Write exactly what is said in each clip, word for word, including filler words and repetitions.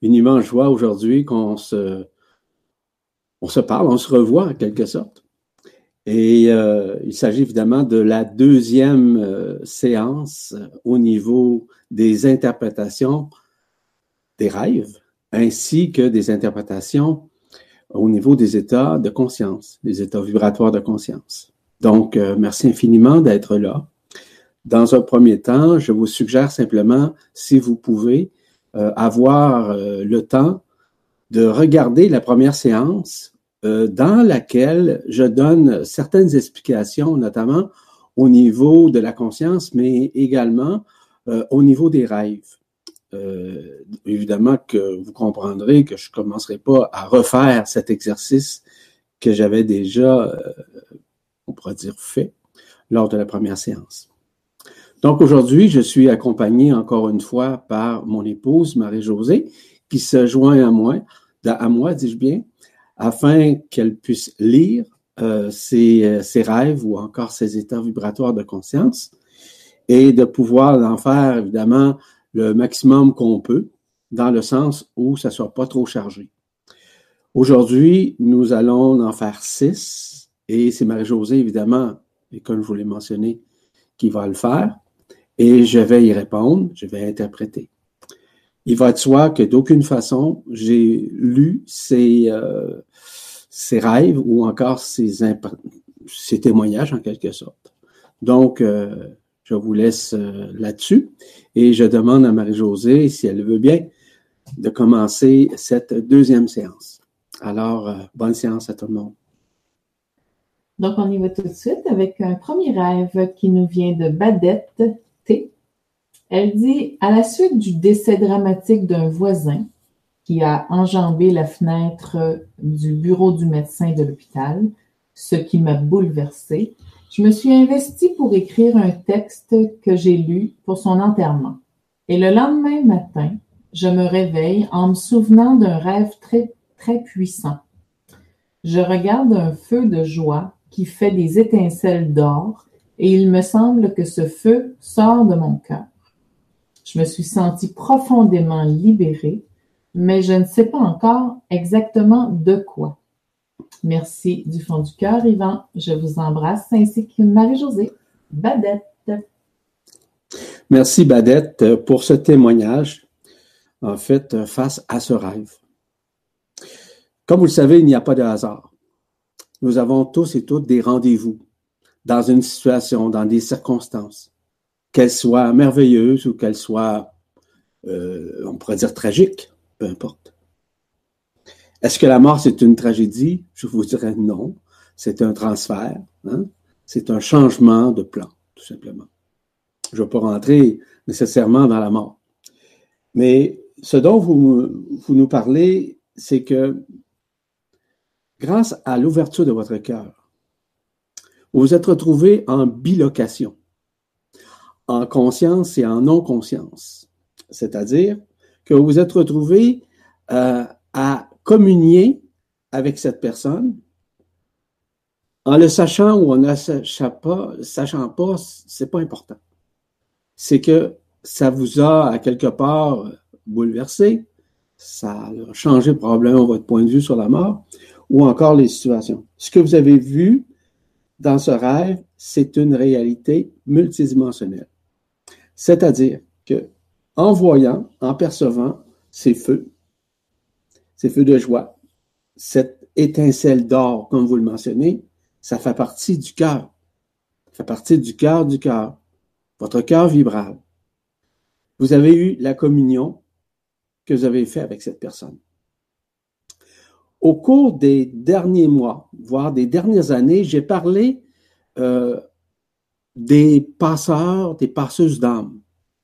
une immense joie aujourd'hui qu'on se, on se parle, on se revoit en quelque sorte. Et euh, il s'agit évidemment de la deuxième euh, séance au niveau des interprétations des rêves, ainsi que des interprétations au niveau des états de conscience, des états vibratoires de conscience. Donc, euh, merci infiniment d'être là. Dans un premier temps, je vous suggère simplement, si vous pouvez, euh, avoir euh, le temps de regarder la première séance euh, dans laquelle je donne certaines explications, notamment au niveau de la conscience, mais également euh, au niveau des rêves. Euh, évidemment que vous comprendrez que je ne commencerai pas à refaire cet exercice que j'avais déjà, euh, on pourrait dire, fait lors de la première séance. Donc aujourd'hui, je suis accompagné encore une fois par mon épouse Marie-Josée qui se joint à moi, à moi, dis-je bien, afin qu'elle puisse lire euh, ses, ses rêves ou encore ses états vibratoires de conscience et de pouvoir en faire évidemment le maximum qu'on peut, dans le sens où ça ne soit pas trop chargé. Aujourd'hui, nous allons en faire six, et c'est Marie-Josée, évidemment, et comme je vous l'ai mentionné, qui va le faire, et je vais y répondre, je vais interpréter. Il va de soi que d'aucune façon, j'ai lu ces, euh, ces rêves ou encore ces, imp- ces témoignages, en quelque sorte. Donc, euh, je vous laisse euh, là-dessus et je demande à Marie-Josée, si elle veut bien, de commencer cette deuxième séance. Alors, euh, bonne séance à tout le monde. Donc, on y va tout de suite avec un premier rêve qui nous vient de Badette T. Elle dit « À la suite du décès dramatique d'un voisin qui a enjambé la fenêtre du bureau du médecin de l'hôpital, ce qui m'a bouleversée, je me suis investie pour écrire un texte que j'ai lu pour son enterrement. Et le lendemain matin, je me réveille en me souvenant d'un rêve très, très puissant. Je regarde un feu de joie qui fait des étincelles d'or et il me semble que ce feu sort de mon cœur. Je me suis sentie profondément libérée, mais je ne sais pas encore exactement de quoi. Merci du fond du cœur, Yvan. Je vous embrasse, ainsi que Marie-Josée. Badette. Merci, Badette, pour ce témoignage, en fait, face à ce rêve. Comme vous le savez, il n'y a pas de hasard. Nous avons tous et toutes des rendez-vous dans une situation, dans des circonstances, qu'elles soient merveilleuses ou qu'elles soient, euh, on pourrait dire, tragiques, peu importe. Est-ce que la mort, c'est une tragédie? Je vous dirais non. C'est un transfert, hein? C'est un changement de plan, tout simplement. Je ne vais pas rentrer nécessairement dans la mort. Mais ce dont vous, vous nous parlez, c'est que grâce à l'ouverture de votre cœur, vous vous êtes retrouvé en bilocation, en conscience et en non-conscience. C'est-à-dire que vous vous êtes retrouvé euh, à communier avec cette personne en le sachant ou en ne le sachant pas, sachant pas, c'est pas important. C'est que ça vous a, à quelque part, bouleversé, ça a changé probablement votre point de vue sur la mort, ou encore les situations. Ce que vous avez vu dans ce rêve, c'est une réalité multidimensionnelle. C'est-à-dire que, en voyant, en percevant ces feux, ces feux de joie, cette étincelle d'or, comme vous le mentionnez, ça fait partie du cœur. Ça fait partie du cœur du cœur. Votre cœur vibral. Vous avez eu la communion que vous avez fait avec cette personne. Au cours des derniers mois, voire des dernières années, j'ai parlé euh, des passeurs, des passeuses d'âme.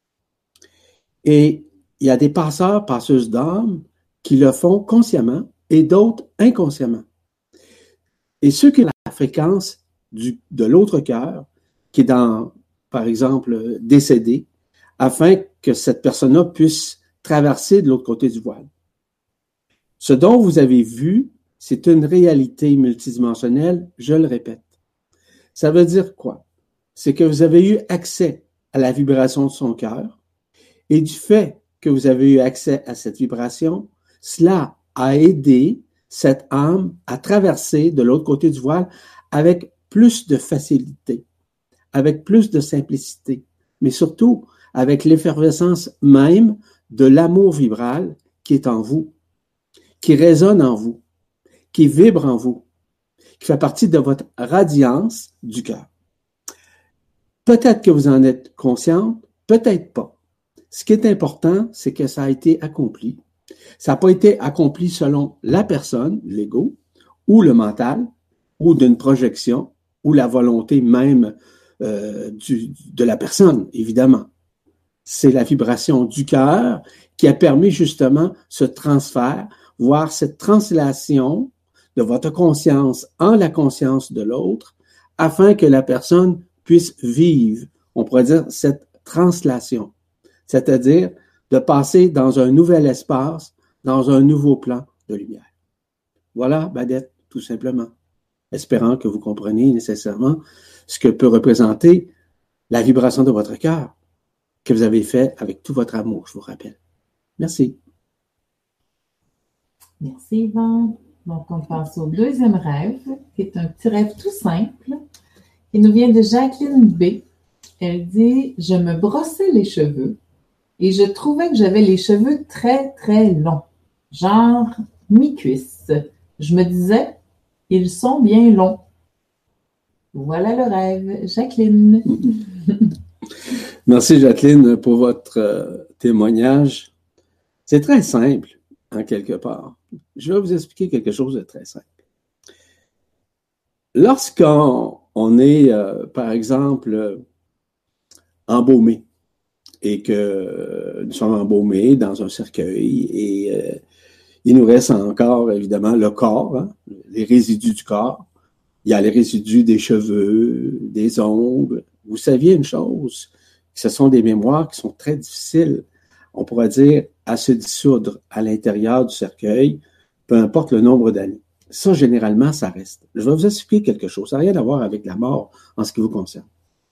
Et il y a des passeurs, passeuses d'âme qui le font consciemment et d'autres inconsciemment. Et ceux qui ont la fréquence du, de l'autre cœur, qui est dans, par exemple, décédé, afin que cette personne-là puisse traverser de l'autre côté du voile. Ce dont vous avez vu, c'est une réalité multidimensionnelle, je le répète. Ça veut dire quoi? C'est que vous avez eu accès à la vibration de son cœur, et du fait que vous avez eu accès à cette vibration, cela a aidé cette âme à traverser de l'autre côté du voile avec plus de facilité, avec plus de simplicité, mais surtout avec l'effervescence même de l'amour vibral qui est en vous, qui résonne en vous, qui vibre en vous, qui fait partie de votre radiance du cœur. Peut-être que vous en êtes consciente, peut-être pas. Ce qui est important, c'est que ça a été accompli. Ça n'a pas été accompli selon la personne, l'ego, ou le mental, ou d'une projection, ou la volonté même euh, du, de la personne, évidemment. C'est la vibration du cœur qui a permis justement ce transfert, voire cette translation de votre conscience en la conscience de l'autre, afin que la personne puisse vivre, on pourrait dire, cette translation, c'est-à-dire de passer dans un nouvel espace, dans un nouveau plan de lumière. Voilà, Badette, tout simplement, espérant que vous compreniez nécessairement ce que peut représenter la vibration de votre cœur, que vous avez fait avec tout votre amour, je vous rappelle. Merci. Merci, Yvan. Donc, on passe au deuxième rêve, qui est un petit rêve tout simple. Il nous vient de Jacqueline B. Elle dit « Je me brossais les cheveux et je trouvais que j'avais les cheveux très, très longs, genre mi-cuisse. Je me disais, ils sont bien longs. » Voilà le rêve. Jacqueline. Merci, Jacqueline, pour votre euh, témoignage. C'est très simple, en quelque part. Je vais vous expliquer quelque chose de très simple. Lorsqu'on on est, euh, par exemple, euh, embaumé et que euh, nous sommes embaumés dans un cercueil et euh, il nous reste encore, évidemment, le corps, hein, les résidus du corps. Il y a les résidus des cheveux, des ongles. Vous saviez une chose, ce sont des mémoires qui sont très difficiles, on pourrait dire, à se dissoudre à l'intérieur du cercueil, peu importe le nombre d'années. Ça, généralement, ça reste. Je vais vous expliquer quelque chose. Ça n'a rien à voir avec la mort en ce qui vous concerne.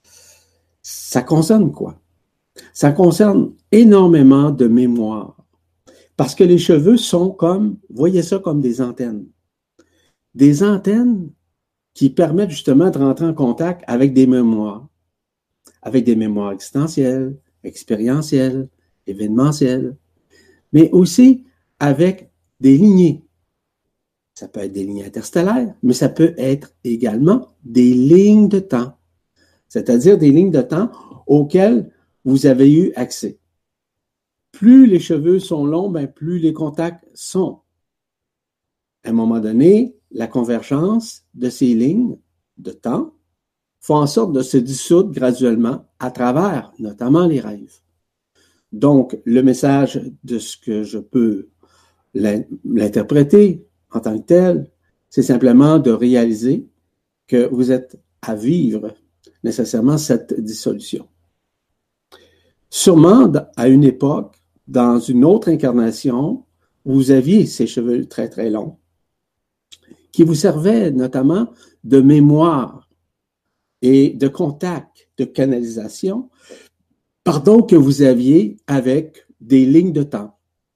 Ça concerne quoi? Ça concerne énormément de mémoire. Parce que les cheveux sont comme, voyez ça comme des antennes. Des antennes qui permettent justement de rentrer en contact avec des mémoires. Avec des mémoires existentielles, expérientielles, événementielles, mais aussi avec des lignées. Ça peut être des lignes interstellaires, mais ça peut être également des lignes de temps, c'est-à-dire des lignes de temps auxquelles vous avez eu accès. Plus les cheveux sont longs, ben plus les contacts sont. À un moment donné, la convergence de ces lignes de temps fait en sorte de se dissoudre graduellement à travers notamment les rêves. Donc, le message de ce que je peux l'interpréter en tant que tel, c'est simplement de réaliser que vous êtes à vivre nécessairement cette dissolution. Sûrement, à une époque, dans une autre incarnation, vous aviez ces cheveux très, très longs, qui vous servaient notamment de mémoire et de contact, de canalisation, pardon, que vous aviez avec des lignes de temps,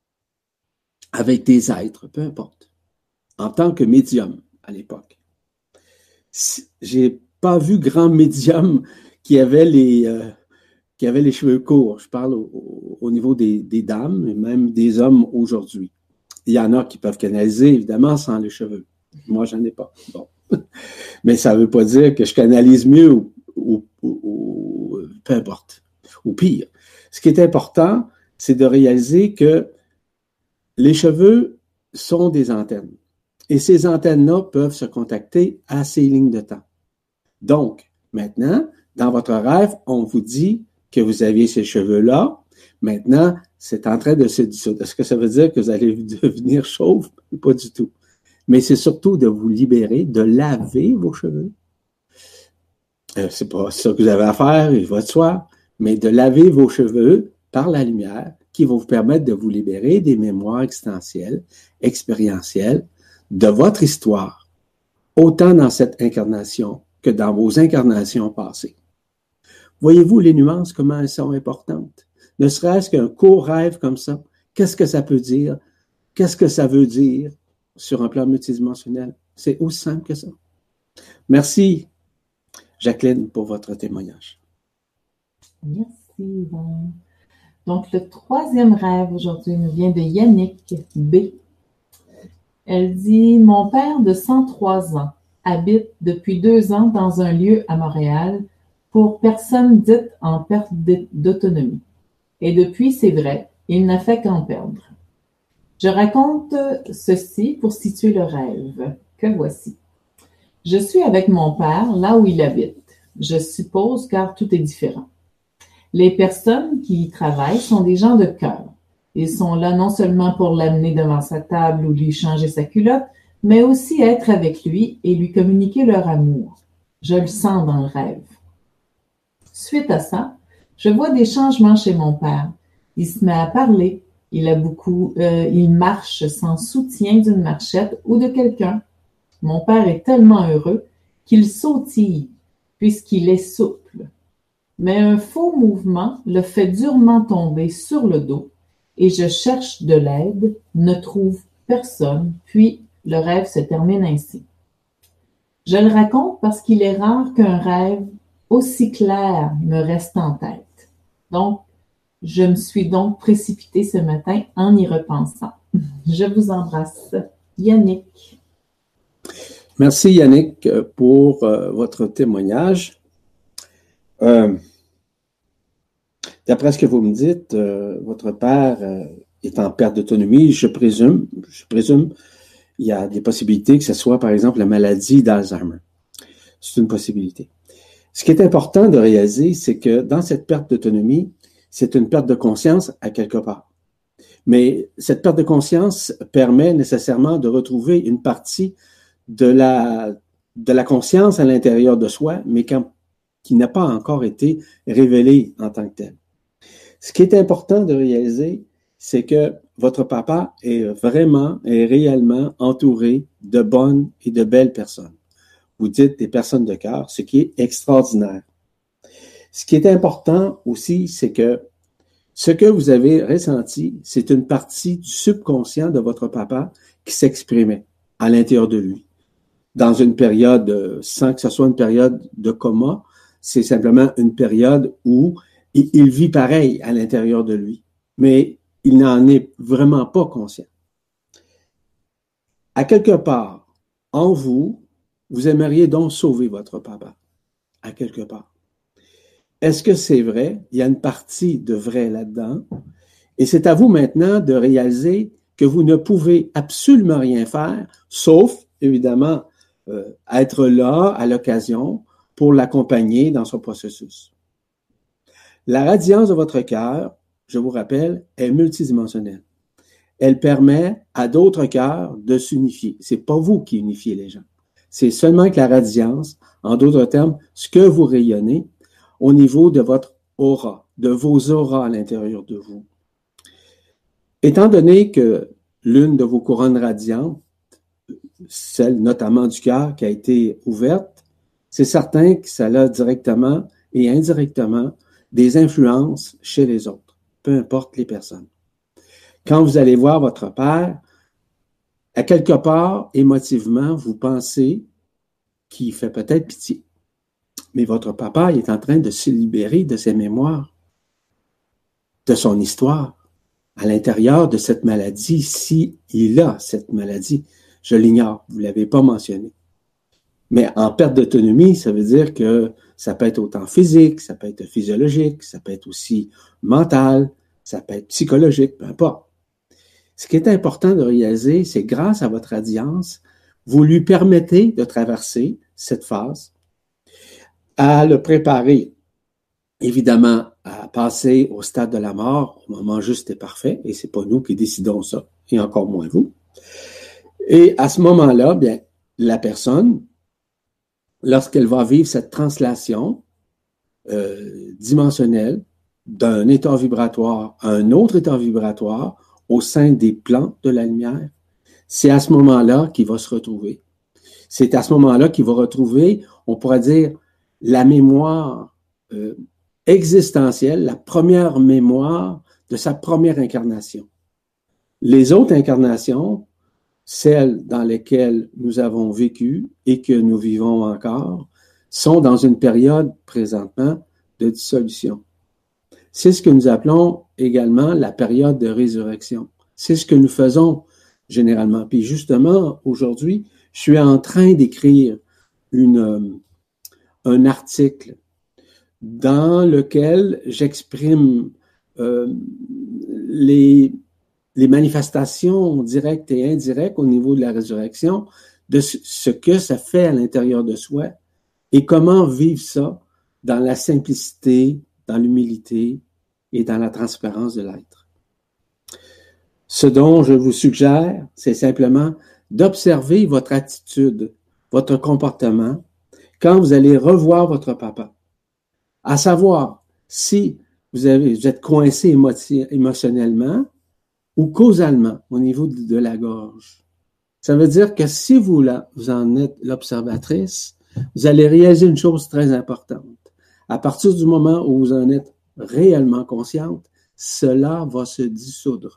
avec des êtres, peu importe, en tant que médium à l'époque. J'ai pas vu grand médium qui avait les, euh, qui avait les cheveux courts. Je parle au, au niveau des, des dames et même des hommes aujourd'hui. Il y en a qui peuvent canaliser, évidemment, sans les cheveux. Moi, j'en ai pas. Bon. Mais ça ne veut pas dire que je canalise mieux ou, ou, ou, ou peu importe, ou pire. Ce qui est important, c'est de réaliser que les cheveux sont des antennes. Et ces antennes-là peuvent se contacter à ces lignes de temps. Donc, maintenant, dans votre rêve, on vous dit que vous aviez ces cheveux-là. Maintenant, c'est en train de se dissoudre. Est-ce que ça veut dire que vous allez devenir chauve? Pas du tout. Mais c'est surtout de vous libérer, de laver vos cheveux. Euh, c'est pas ça que vous avez à faire, il va de soi, mais de laver vos cheveux par la lumière qui va vous permettre de vous libérer des mémoires existentielles, expérientielles de votre histoire, autant dans cette incarnation que dans vos incarnations passées. Voyez-vous les nuances, comment elles sont importantes? ne serait-ce qu'un court rêve comme ça, qu'est-ce que ça peut dire? Qu'est-ce que ça veut dire sur un plan multidimensionnel? C'est aussi simple que ça. Merci, Jacqueline, pour votre témoignage. Merci, Yvon. Donc, le troisième rêve aujourd'hui nous vient de Yannick B. Elle dit « Mon père de cent trois ans habite depuis deux ans dans un lieu à Montréal pour personnes dites en perte d'autonomie. Et depuis, c'est vrai, il n'a fait qu'en perdre. Je raconte ceci pour situer le rêve, que voici. Je suis avec mon père là où il habite, je suppose car tout est différent. Les personnes qui y travaillent sont des gens de cœur. Ils sont là non seulement pour l'amener devant sa table ou lui changer sa culotte, mais aussi être avec lui et lui communiquer leur amour. Je le sens dans le rêve. Suite à ça, je vois des changements chez mon père. Il se met à parler. Il a beaucoup, euh, il marche sans soutien d'une marchette ou de quelqu'un. Mon père est tellement heureux qu'il sautille puisqu'il est souple. Mais un faux mouvement le fait durement tomber sur le dos et je cherche de l'aide, ne trouve personne, puis le rêve se termine ainsi. Je le raconte parce qu'il est rare qu'un rêve aussi clair me reste en tête. Donc, je me suis donc précipitée ce matin en y repensant. Je vous embrasse. Yannick. Merci Yannick pour euh, votre témoignage. Euh, D'après ce que vous me dites, euh, votre père euh, est en perte d'autonomie. Je présume, je présume, il y a des possibilités que ce soit, par exemple, la maladie d'Alzheimer. C'est une possibilité. Ce qui est important de réaliser, c'est que dans cette perte d'autonomie, c'est une perte de conscience à quelque part. Mais cette perte de conscience permet nécessairement de retrouver une partie de la, de la conscience à l'intérieur de soi, mais quand, qui n'a pas encore été révélée en tant que telle. Ce qui est important de réaliser, c'est que votre papa est vraiment et réellement entouré de bonnes et de belles personnes. Vous dites des personnes de cœur, ce qui est extraordinaire. Ce qui est important aussi, c'est que ce que vous avez ressenti, c'est une partie du subconscient de votre papa qui s'exprimait à l'intérieur de lui. Dans une période, sans que ce soit une période de coma, c'est simplement une période où il, il vit pareil à l'intérieur de lui, mais il n'en est vraiment pas conscient. À quelque part, en vous, vous aimeriez donc sauver votre papa, à quelque part. Est-ce que c'est vrai? Il y a une partie de vrai là-dedans. Et c'est à vous maintenant de réaliser que vous ne pouvez absolument rien faire, sauf, évidemment, euh, être là à l'occasion pour l'accompagner dans son processus. La radiance de votre cœur, je vous rappelle, est multidimensionnelle. Elle permet à d'autres cœurs de s'unifier. C'est pas vous qui unifiez les gens. C'est seulement que la radiance, en d'autres termes, ce que vous rayonnez au niveau de votre aura, de vos auras à l'intérieur de vous. Étant donné que l'une de vos couronnes radiantes, celle notamment du cœur qui a été ouverte, c'est certain que ça a directement et indirectement des influences chez les autres, peu importe les personnes. Quand vous allez voir votre père, à quelque part, émotivement, vous pensez qu'il fait peut-être pitié. Mais votre papa il est en train de se libérer de ses mémoires, de son histoire, à l'intérieur de cette maladie, si il a cette maladie. Je l'ignore, vous ne l'avez pas mentionné. Mais en perte d'autonomie, ça veut dire que ça peut être autant physique, ça peut être physiologique, ça peut être aussi mental, ça peut être psychologique, peu importe. Ce qui est important de réaliser, c'est grâce à votre radiance, vous lui permettez de traverser cette phase, à le préparer, évidemment, à passer au stade de la mort au moment juste et parfait, et c'est pas nous qui décidons ça, et encore moins vous. Et à ce moment-là, bien, la personne, lorsqu'elle va vivre cette translation euh, dimensionnelle d'un état vibratoire à un autre état vibratoire au sein des plans de la lumière, c'est à ce moment-là qu'il va se retrouver. C'est à ce moment-là qu'il va retrouver, on pourrait dire, la mémoire euh, existentielle, la première mémoire de sa première incarnation. Les autres incarnations, celles dans lesquelles nous avons vécu et que nous vivons encore, sont dans une période présentement de dissolution. C'est ce que nous appelons également la période de résurrection. C'est ce que nous faisons généralement. Puis justement, aujourd'hui, je suis en train d'écrire une, euh, un article dans lequel j'exprime euh, les, les manifestations directes et indirectes au niveau de la résurrection, de ce que ça fait à l'intérieur de soi et comment vivre ça dans la simplicité, dans l'humilité et dans la transparence de l'être. Ce dont je vous suggère, c'est simplement d'observer votre attitude, votre comportement, quand vous allez revoir votre papa. À savoir, si vous, avez, vous êtes coincé émo- émotionnellement ou causalement au niveau de, de la gorge. Ça veut dire que si vous, là, vous en êtes l'observatrice, vous allez réaliser une chose très importante. À partir du moment où vous en êtes réellement consciente, cela va se dissoudre.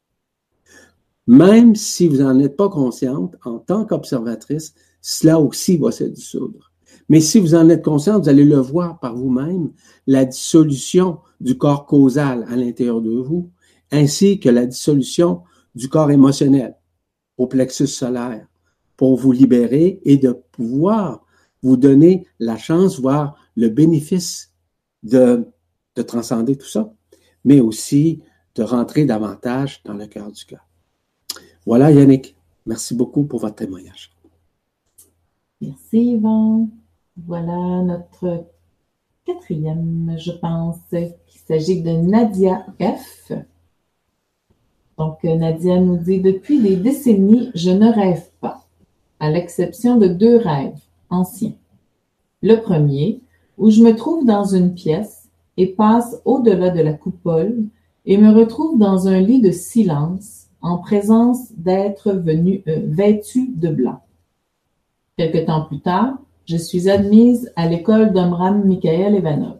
Même si vous n'en êtes pas consciente, en tant qu'observatrice, cela aussi va se dissoudre. Mais si vous en êtes consciente, vous allez le voir par vous-même, la dissolution du corps causal à l'intérieur de vous, ainsi que la dissolution du corps émotionnel au plexus solaire, pour vous libérer et de pouvoir vous donner la chance, voire le bénéfice de, de transcender tout ça, mais aussi de rentrer davantage dans le cœur du cœur. Voilà, Yannick. Merci beaucoup pour votre témoignage. Merci, Yvan. Voilà notre quatrième, je pense, qu'il s'agit de Nadia F. Donc, Nadia nous dit « Depuis des décennies, je ne rêve pas, à l'exception de deux rêves anciens. Le premier, où je me trouve dans une pièce et passe au-delà de la coupole et me retrouve dans un lit de silence en présence d'êtres venus euh, vêtus de blanc. Quelque temps plus tard, je suis admise à l'école d'Omram Mikhaël Ivanov.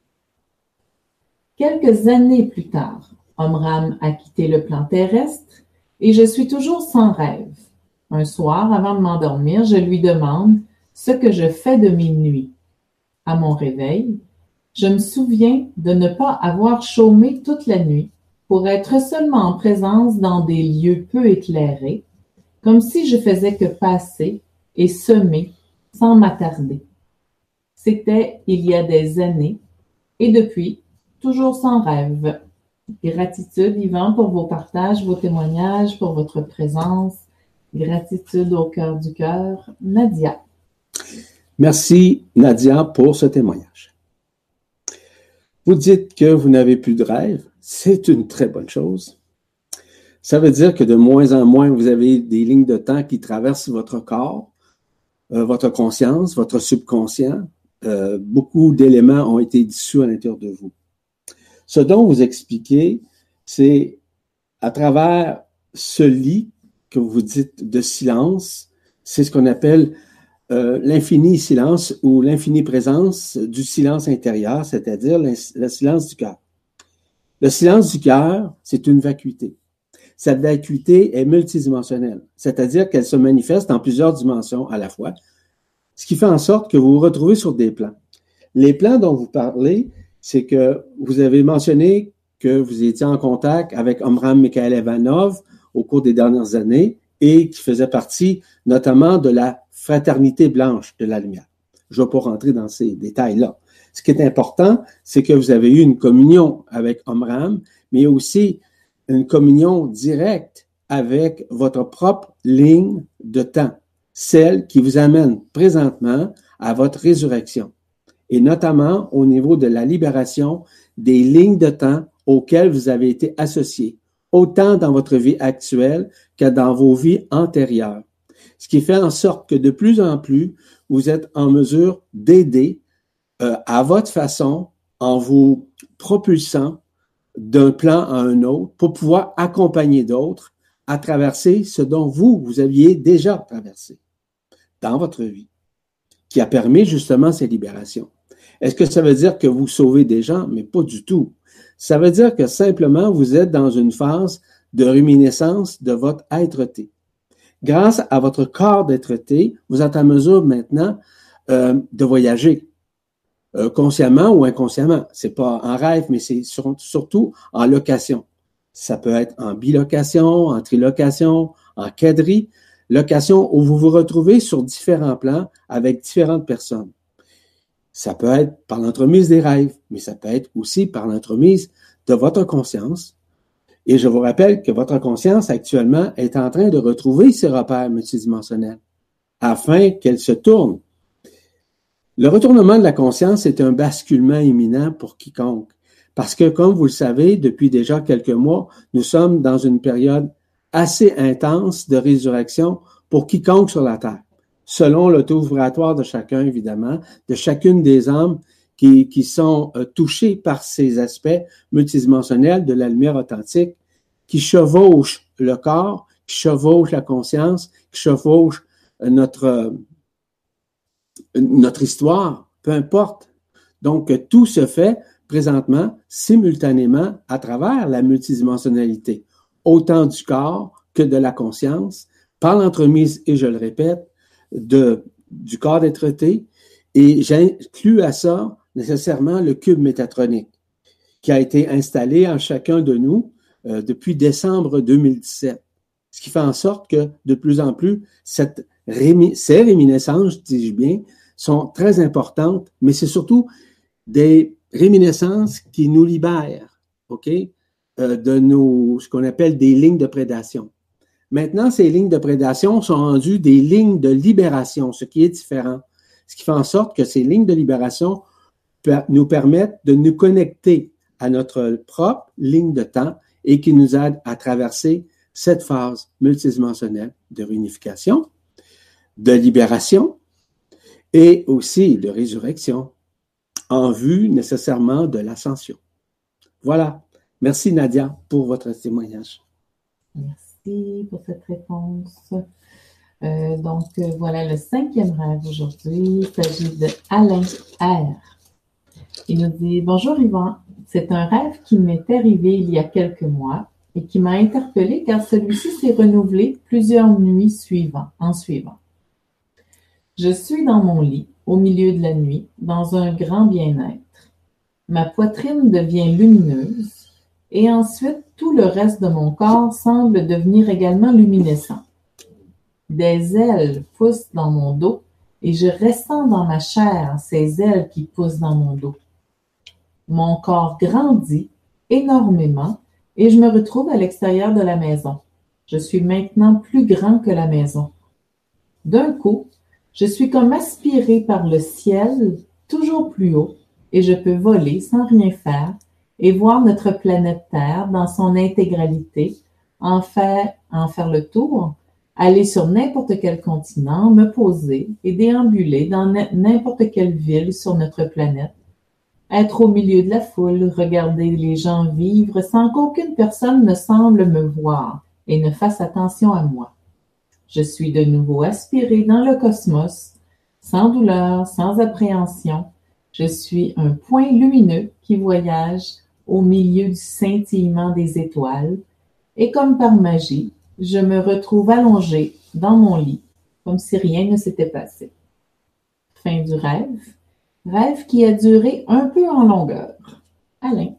Quelques années plus tard, Omram a quitté le plan terrestre et je suis toujours sans rêve. Un soir, avant de m'endormir, je lui demande ce que je fais de mes nuits. À mon réveil, je me souviens de ne pas avoir chômé toute la nuit pour être seulement en présence dans des lieux peu éclairés, comme si je faisais que passer et semer sans m'attarder. C'était il y a des années, et depuis, toujours sans rêve. Gratitude, Yvan, pour vos partages, vos témoignages, pour votre présence. Gratitude au cœur du cœur. Nadia. Merci, Nadia, pour ce témoignage. Vous dites que vous n'avez plus de rêve. C'est une très bonne chose. Ça veut dire que de moins en moins, vous avez des lignes de temps qui traversent votre corps, euh, votre conscience, votre subconscient. Euh, beaucoup d'éléments ont été dissous à l'intérieur de vous. Ce dont vous expliquez, c'est à travers ce lit que vous dites de silence, c'est ce qu'on appelle euh, l'infini silence ou l'infinie présence du silence intérieur, c'est-à-dire le silence du cœur. Le silence du cœur, c'est une vacuité. Cette vacuité est multidimensionnelle, c'est-à-dire qu'elle se manifeste en plusieurs dimensions à la fois, ce qui fait en sorte que vous vous retrouvez sur des plans. Les plans dont vous parlez, c'est que vous avez mentionné que vous étiez en contact avec Omram Mikhaël Ivanov au cours des dernières années et qui faisait partie notamment de la fraternité blanche de la lumière. Je ne vais pas rentrer dans ces détails-là. Ce qui est important, c'est que vous avez eu une communion avec Omram, mais aussi une communion directe avec votre propre ligne de temps, celle qui vous amène présentement à votre résurrection, et notamment au niveau de la libération des lignes de temps auxquelles vous avez été associés, autant dans votre vie actuelle que dans vos vies antérieures. Ce qui fait en sorte que de plus en plus, vous êtes en mesure d'aider euh, à votre façon, en vous propulsant d'un plan à un autre pour pouvoir accompagner d'autres à traverser ce dont vous, vous aviez déjà traversé dans votre vie, qui a permis justement ces libérations. Est-ce que ça veut dire que vous sauvez des gens? Mais pas du tout. Ça veut dire que simplement, vous êtes dans une phase de réminiscence de votre être-té. Grâce à votre corps d'être-té, vous êtes en mesure maintenant euh, de voyager, euh, consciemment ou inconsciemment. C'est pas en rêve, mais c'est sur, surtout en location. Ça peut être en bilocation, en trilocation, en quadri, location où vous vous retrouvez sur différents plans avec différentes personnes. Ça peut être par l'entremise des rêves, mais ça peut être aussi par l'entremise de votre conscience. Et je vous rappelle que votre conscience actuellement est en train de retrouver ses repères multidimensionnels afin qu'elle se tourne. Le retournement de la conscience est un basculement imminent pour quiconque. Parce que, comme vous le savez, depuis déjà quelques mois, nous sommes dans une période assez intense de résurrection pour quiconque sur la Terre, selon le taux vibratoire de chacun, évidemment, de chacune des âmes qui, qui sont euh, touchées par ces aspects multidimensionnels de la lumière authentique, qui chevauchent le corps, qui chevauchent la conscience, qui chevauchent euh, notre, euh, notre histoire, peu importe. Donc, tout se fait présentement, simultanément, à travers la multidimensionnalité, autant du corps que de la conscience, par l'entremise, et je le répète, de, du corps d'être-té, et j'inclus à ça nécessairement le cube métatronique, qui a été installé en chacun de nous euh, depuis décembre deux mille dix-sept, ce qui fait en sorte que, de plus en plus, cette rémi- ces réminiscences, dis-je bien, sont très importantes, mais c'est surtout des réminiscences qui nous libèrent, OK, euh, de nos, ce qu'on appelle des lignes de prédation. Maintenant, ces lignes de prédation sont rendues des lignes de libération, ce qui est différent. Ce qui fait en sorte que ces lignes de libération per- nous permettent de nous connecter à notre propre ligne de temps et qui nous aident à traverser cette phase multidimensionnelle de réunification, de libération et aussi de résurrection, en vue nécessairement de l'ascension. Voilà. Merci Nadia pour votre témoignage. Merci pour cette réponse. Euh, donc, euh, voilà le cinquième rêve aujourd'hui. Il s'agit de Alain R. Il nous dit « Bonjour Yvan, c'est un rêve qui m'est arrivé il y a quelques mois et qui m'a interpellé car celui-ci s'est renouvelé plusieurs nuits suivant, en suivant. Je suis dans mon lit, au milieu de la nuit, dans un grand bien-être. Ma poitrine devient lumineuse et ensuite tout le reste de mon corps semble devenir également luminescent. Des ailes poussent dans mon dos et je ressens dans ma chair ces ailes qui poussent dans mon dos. Mon corps grandit énormément et je me retrouve à l'extérieur de la maison. Je suis maintenant plus grand que la maison. D'un coup, je suis comme aspiré par le ciel, toujours plus haut, et je peux voler sans rien faire et voir notre planète Terre dans son intégralité, en faire, en faire le tour, aller sur n'importe quel continent, me poser et déambuler dans n'importe quelle ville sur notre planète, être au milieu de la foule, regarder les gens vivre sans qu'aucune personne ne semble me voir et ne fasse attention à moi. Je suis de nouveau aspiré dans le cosmos, sans douleur, sans appréhension. Je suis un point lumineux qui voyage au milieu du scintillement des étoiles et comme par magie, je me retrouve allongé dans mon lit, comme si rien ne s'était passé. Fin du rêve. Rêve qui a duré un peu en longueur. Alain.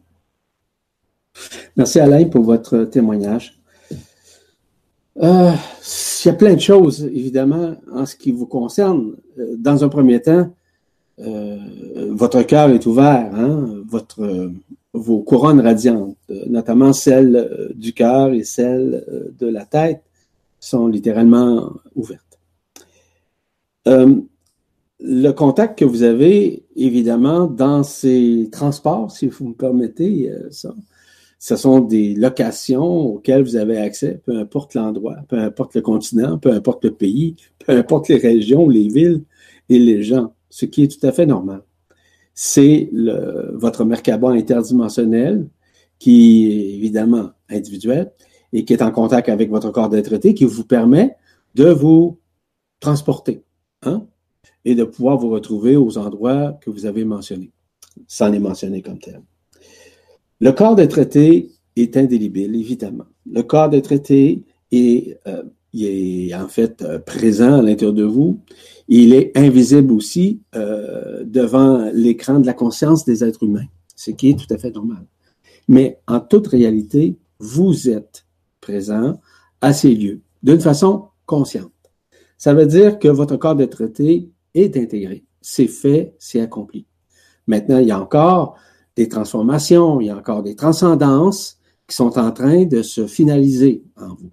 Merci Alain pour votre témoignage. Euh, il y a plein de choses, évidemment, en ce qui vous concerne. Euh, dans un premier temps, euh, votre cœur est ouvert, hein? Votre, euh, vos couronnes radiantes, euh, notamment celles euh, du cœur et celles euh, de la tête, sont littéralement ouvertes. Euh, le contact que vous avez, évidemment, dans ces transports, si vous me permettez euh, ça, ce sont des locations auxquelles vous avez accès, peu importe l'endroit, peu importe le continent, peu importe le pays, peu importe les régions, les villes et les gens, ce qui est tout à fait normal. C'est le, votre Merkaba interdimensionnel qui est évidemment individuel et qui est en contact avec votre corps d'être-té qui vous permet de vous transporter. Hein? et de pouvoir vous retrouver aux endroits que vous avez mentionnés, sans les mentionner comme tel. Le corps des traités est indélébile, évidemment. Le corps des traités est, euh, il est en fait euh, présent à l'intérieur de vous. Il est invisible aussi euh, devant l'écran de la conscience des êtres humains, ce qui est tout à fait normal. Mais en toute réalité, vous êtes présent à ces lieux d'une façon consciente. Ça veut dire que votre corps de traité est intégré. C'est fait, c'est accompli. Maintenant, il y a encore des transformations, il y a encore des transcendances qui sont en train de se finaliser en vous.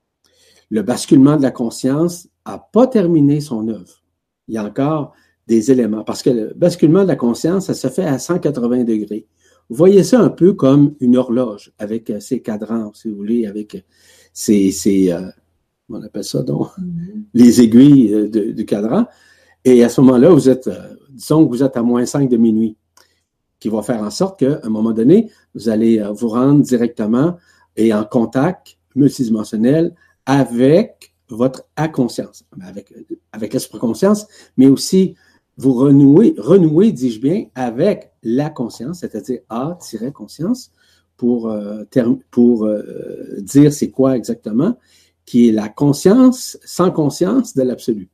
Le basculement de la conscience n'a pas terminé son œuvre. Il y a encore des éléments, parce que le basculement de la conscience, ça se fait à cent quatre-vingts degrés. Vous voyez ça un peu comme une horloge avec ses cadrans, si vous voulez, avec ses, ses euh, on appelle ça donc, mm-hmm. les aiguilles de, du cadran. Et à ce moment-là, vous êtes, euh, disons que vous êtes à moins cinq de minuit, qui va faire en sorte qu'à un moment donné, vous allez euh, vous rendre directement et en contact multidimensionnel avec votre inconscience, avec, avec l'esprit-conscience, mais aussi vous renouer, renouer, dis-je bien, avec la conscience, c'est-à-dire A-conscience, pour, euh, term- pour euh, dire c'est quoi exactement, qui est la conscience sans conscience de l'absolu.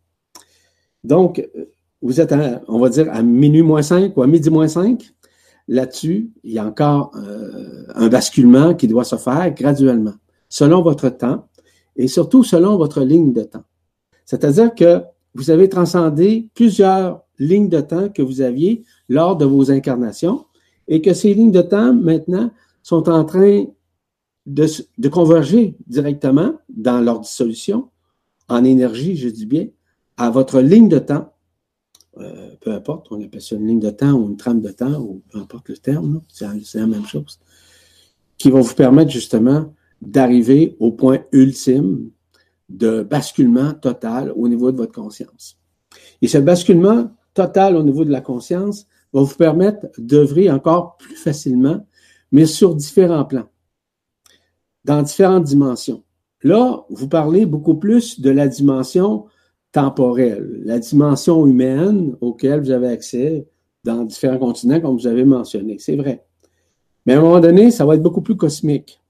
Donc, vous êtes, à, on va dire, à minuit moins cinq ou à midi moins cinq. Là-dessus, il y a encore euh, un basculement qui doit se faire graduellement, selon votre temps et surtout selon votre ligne de temps. C'est-à-dire que vous avez transcendé plusieurs lignes de temps que vous aviez lors de vos incarnations et que ces lignes de temps, maintenant, sont en train de, de converger directement dans leur dissolution, en énergie, je dis bien, à votre ligne de temps. Euh, peu importe, on appelle ça une ligne de temps ou une trame de temps, ou peu importe le terme, c'est, c'est la même chose, qui va vous permettre justement d'arriver au point ultime de basculement total au niveau de votre conscience. Et ce basculement total au niveau de la conscience va vous permettre d'œuvrer encore plus facilement, mais sur différents plans, dans différentes dimensions. Là, vous parlez beaucoup plus de la dimension temporelle, la dimension humaine auquel vous avez accès dans différents continents, comme vous avez mentionné. C'est vrai. Mais à un moment donné, ça va être beaucoup plus cosmique.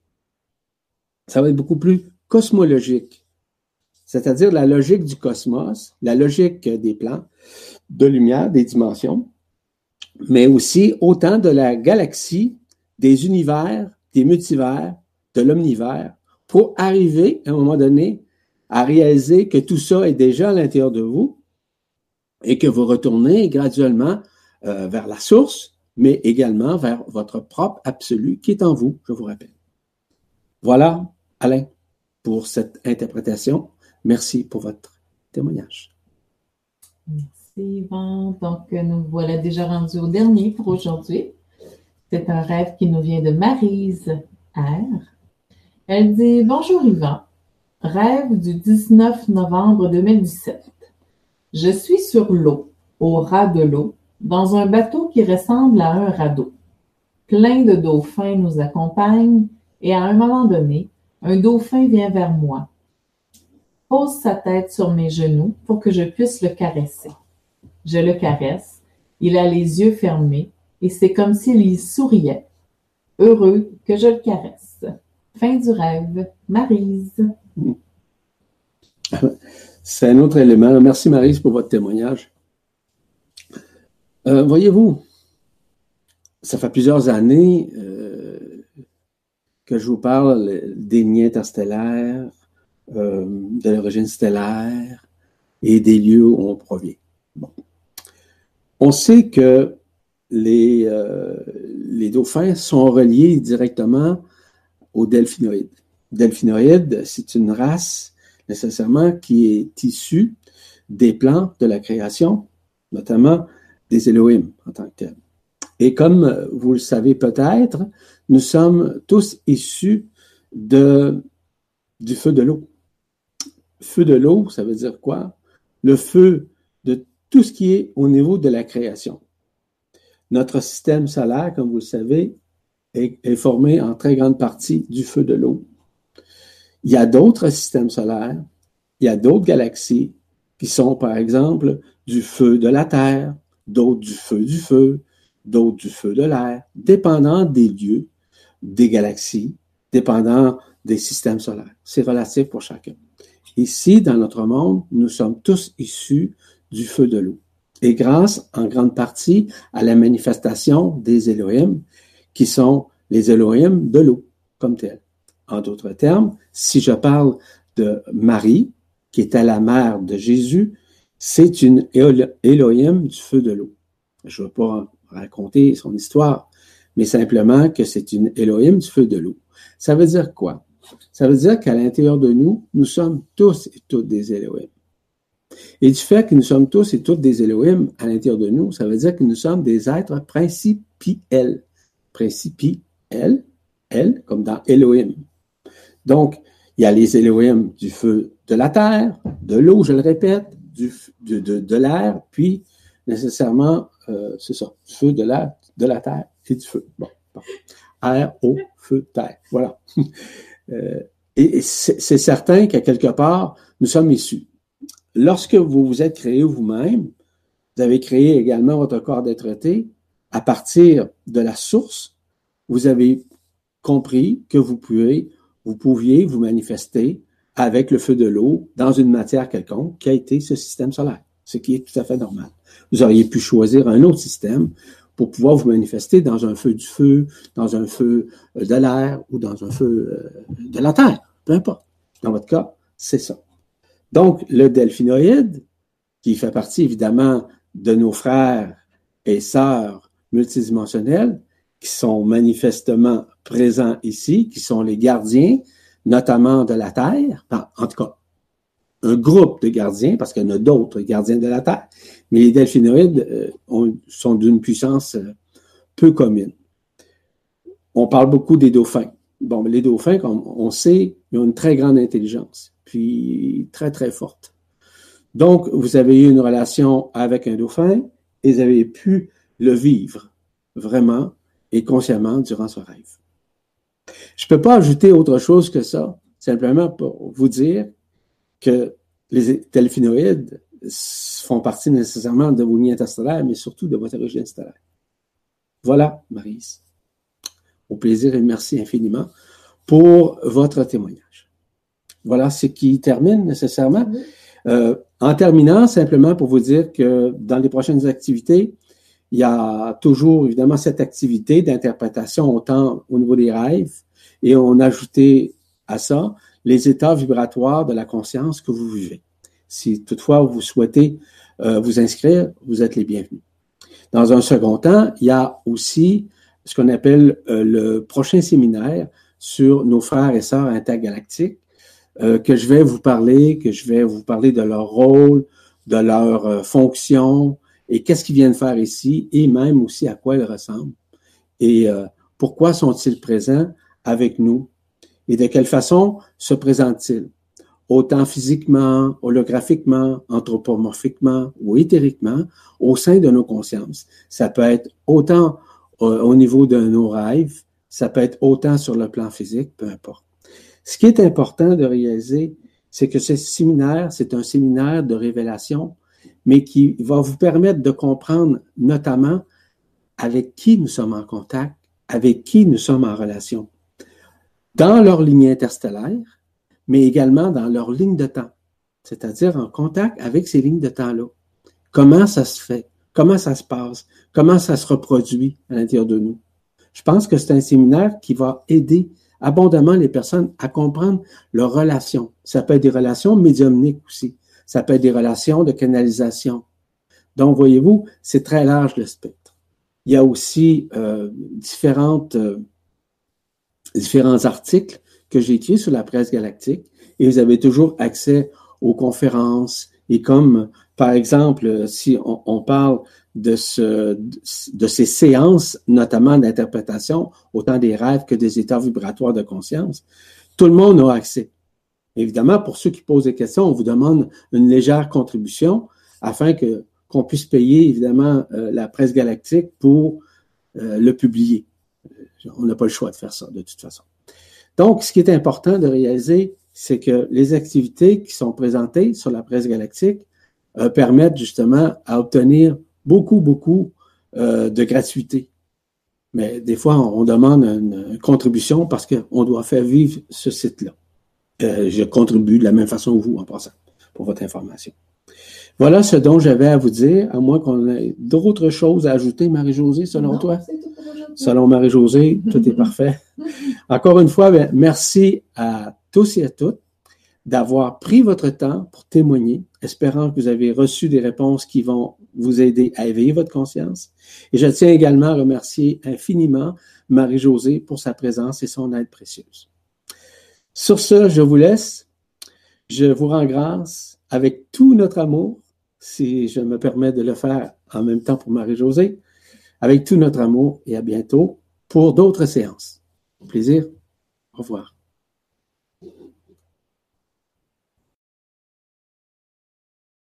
Ça va être beaucoup plus cosmologique. C'est-à-dire la logique du cosmos, la logique des plans de lumière, des dimensions, mais aussi autant de la galaxie, des univers, des multivers, de l'omnivers, pour arriver, à un moment donné, à réaliser que tout ça est déjà à l'intérieur de vous et que vous retournez graduellement euh, vers la source, mais également vers votre propre absolu qui est en vous, je vous rappelle. Voilà, Alain, pour cette interprétation. Merci pour votre témoignage. Merci, Yvan. Donc, nous voilà déjà rendus au dernier pour aujourd'hui. C'est un rêve qui nous vient de Maryse R. Elle dit « Bonjour, Yvan. Rêve du dix-neuf novembre deux mille dix-sept. Je suis sur l'eau, au ras de l'eau, dans un bateau qui ressemble à un radeau. Plein de dauphins nous accompagnent et à un moment donné, un dauphin vient vers moi. Pose sa tête sur mes genoux pour que je puisse le caresser. Je le caresse, il a les yeux fermés et c'est comme s'il y souriait, heureux que je le caresse. Fin du rêve, Maryse. » C'est un autre élément. Merci Maryse pour votre témoignage. Euh, voyez-vous, ça fait plusieurs années euh, que je vous parle des liens interstellaires, euh, de l'origine stellaire et des lieux où on provient. Bon. On sait que les, euh, les dauphins sont reliés directement aux delphinoïdes. Delphinoïdes, c'est une race nécessairement qui est issue des plans de la création, notamment des Elohim en tant que tels. Et comme vous le savez peut-être, nous sommes tous issus de, du feu de l'eau. Feu de l'eau, ça veut dire quoi? Le feu de tout ce qui est au niveau de la création. Notre système solaire, comme vous le savez, est, est formé en très grande partie du feu de l'eau. Il y a d'autres systèmes solaires, il y a d'autres galaxies qui sont, par exemple, du feu de la terre, d'autres du feu du feu, d'autres du feu de l'air, dépendant des lieux, des galaxies, dépendant des systèmes solaires. C'est relatif pour chacun. Ici, dans notre monde, nous sommes tous issus du feu de l'eau. Et grâce, en grande partie, à la manifestation des Elohim, qui sont les Elohim de l'eau, comme tels. En d'autres termes, si je parle de Marie, qui était la mère de Jésus, c'est une Elohim du feu de l'eau. Je ne veux pas raconter son histoire, mais simplement que c'est une Elohim du feu de l'eau. Ça veut dire quoi? Ça veut dire qu'à l'intérieur de nous, nous sommes tous et toutes des Elohim. Et du fait que nous sommes tous et toutes des Elohim à l'intérieur de nous, ça veut dire que nous sommes des êtres principiels. Principiels, elle, comme dans Elohim. Donc, il y a les Elohim du feu de la terre, de l'eau, je le répète, du, de, de, de l'air, puis nécessairement, euh, c'est ça, du feu, de l'air, de la terre et du feu. Bon, bon. Air, eau, feu, terre. Voilà. Euh, et et c'est, c'est certain qu'à quelque part, nous sommes issus. Lorsque vous vous êtes créé vous-même, vous avez créé également votre corps d'être-té à partir de la source, vous avez compris que vous pouvez, vous pouviez vous manifester avec le feu de l'eau dans une matière quelconque qui a été ce système solaire, ce qui est tout à fait normal. Vous auriez pu choisir un autre système pour pouvoir vous manifester dans un feu du feu, dans un feu de l'air ou dans un feu de la terre, peu importe. Dans votre cas, c'est ça. Donc, le delphinoïde, qui fait partie évidemment de nos frères et sœurs multidimensionnels, qui sont manifestement présents ici, qui sont les gardiens, notamment de la Terre, en tout cas, un groupe de gardiens, parce qu'il y en a d'autres gardiens de la Terre, mais les delphinoïdes euh, ont, sont d'une puissance euh, peu commune. On parle beaucoup des dauphins. Bon, les dauphins, comme on sait, ils ont une très grande intelligence, puis très, très forte. Donc, vous avez eu une relation avec un dauphin et vous avez pu le vivre vraiment et consciemment durant ce rêve. Je ne peux pas ajouter autre chose que ça, simplement pour vous dire que les delphinoïdes font partie nécessairement de vos lignes interstellaires, mais surtout de votre origine stellaire. Voilà, Maryse. Au plaisir et merci infiniment pour votre témoignage. Voilà ce qui termine nécessairement. Oui. Euh, en terminant, simplement pour vous dire que dans les prochaines activités, il y a toujours évidemment cette activité d'interprétation autant au niveau des rêves et on a ajouté à ça les états vibratoires de la conscience que vous vivez. Si toutefois vous souhaitez euh, vous inscrire, vous êtes les bienvenus. Dans un second temps, il y a aussi ce qu'on appelle euh, le prochain séminaire sur nos frères et sœurs intergalactiques, euh, que je vais vous parler, que je vais vous parler de leur rôle, de leur euh, fonction et qu'est-ce qu'ils viennent faire ici et même aussi à quoi ils ressemblent et euh, pourquoi sont-ils présents avec nous et de quelle façon se présentent-ils, autant physiquement, holographiquement, anthropomorphiquement ou éthériquement au sein de nos consciences. Ça peut être autant euh, au niveau de nos rêves, ça peut être autant sur le plan physique, peu importe. Ce qui est important de réaliser, c'est que ce séminaire, c'est un séminaire de révélation, mais qui va vous permettre de comprendre notamment avec qui nous sommes en contact, avec qui nous sommes en relation, dans leur ligne interstellaire, mais également dans leur ligne de temps, c'est-à-dire en contact avec ces lignes de temps-là. Comment ça se fait? Comment ça se passe? Comment ça se reproduit à l'intérieur de nous? Je pense que c'est un séminaire qui va aider abondamment les personnes à comprendre leurs relations. Ça peut être des relations médiumniques aussi. Ça peut être des relations de canalisation. Donc, voyez-vous, c'est très large le spectre. Il y a aussi euh, différentes, euh, différents articles que j'ai écrits sur la presse galactique et vous avez toujours accès aux conférences. Et comme, par exemple, si on, on parle de, ce, de ces séances, notamment d'interprétation, autant des rêves que des états vibratoires de conscience, tout le monde a accès. Évidemment, pour ceux qui posent des questions, on vous demande une légère contribution afin que qu'on puisse payer, évidemment, euh, la presse galactique pour euh, le publier. On n'a pas le choix de faire ça, de toute façon. Donc, ce qui est important de réaliser, c'est que les activités qui sont présentées sur la presse galactique euh, permettent justement à obtenir beaucoup, beaucoup euh, de gratuité. Mais des fois, on, on demande une, une contribution parce qu'on doit faire vivre ce site-là. Euh, je contribue de la même façon que vous, en passant, pour votre information. Voilà ce dont j'avais à vous dire, à moins qu'on ait d'autres choses à ajouter, Marie-Josée, selon non, toi? C'est tout pour aujourd'hui. Selon Marie-Josée, tout est parfait. Encore une fois, bien, merci à tous et à toutes d'avoir pris votre temps pour témoigner, espérant que vous avez reçu des réponses qui vont vous aider à éveiller votre conscience. Et je tiens également à remercier infiniment Marie-Josée pour sa présence et son aide précieuse. Sur ce, je vous laisse. Je vous rends grâce avec tout notre amour, si je me permets de le faire en même temps pour Marie-Josée, avec tout notre amour et à bientôt pour d'autres séances. Au plaisir. Au revoir.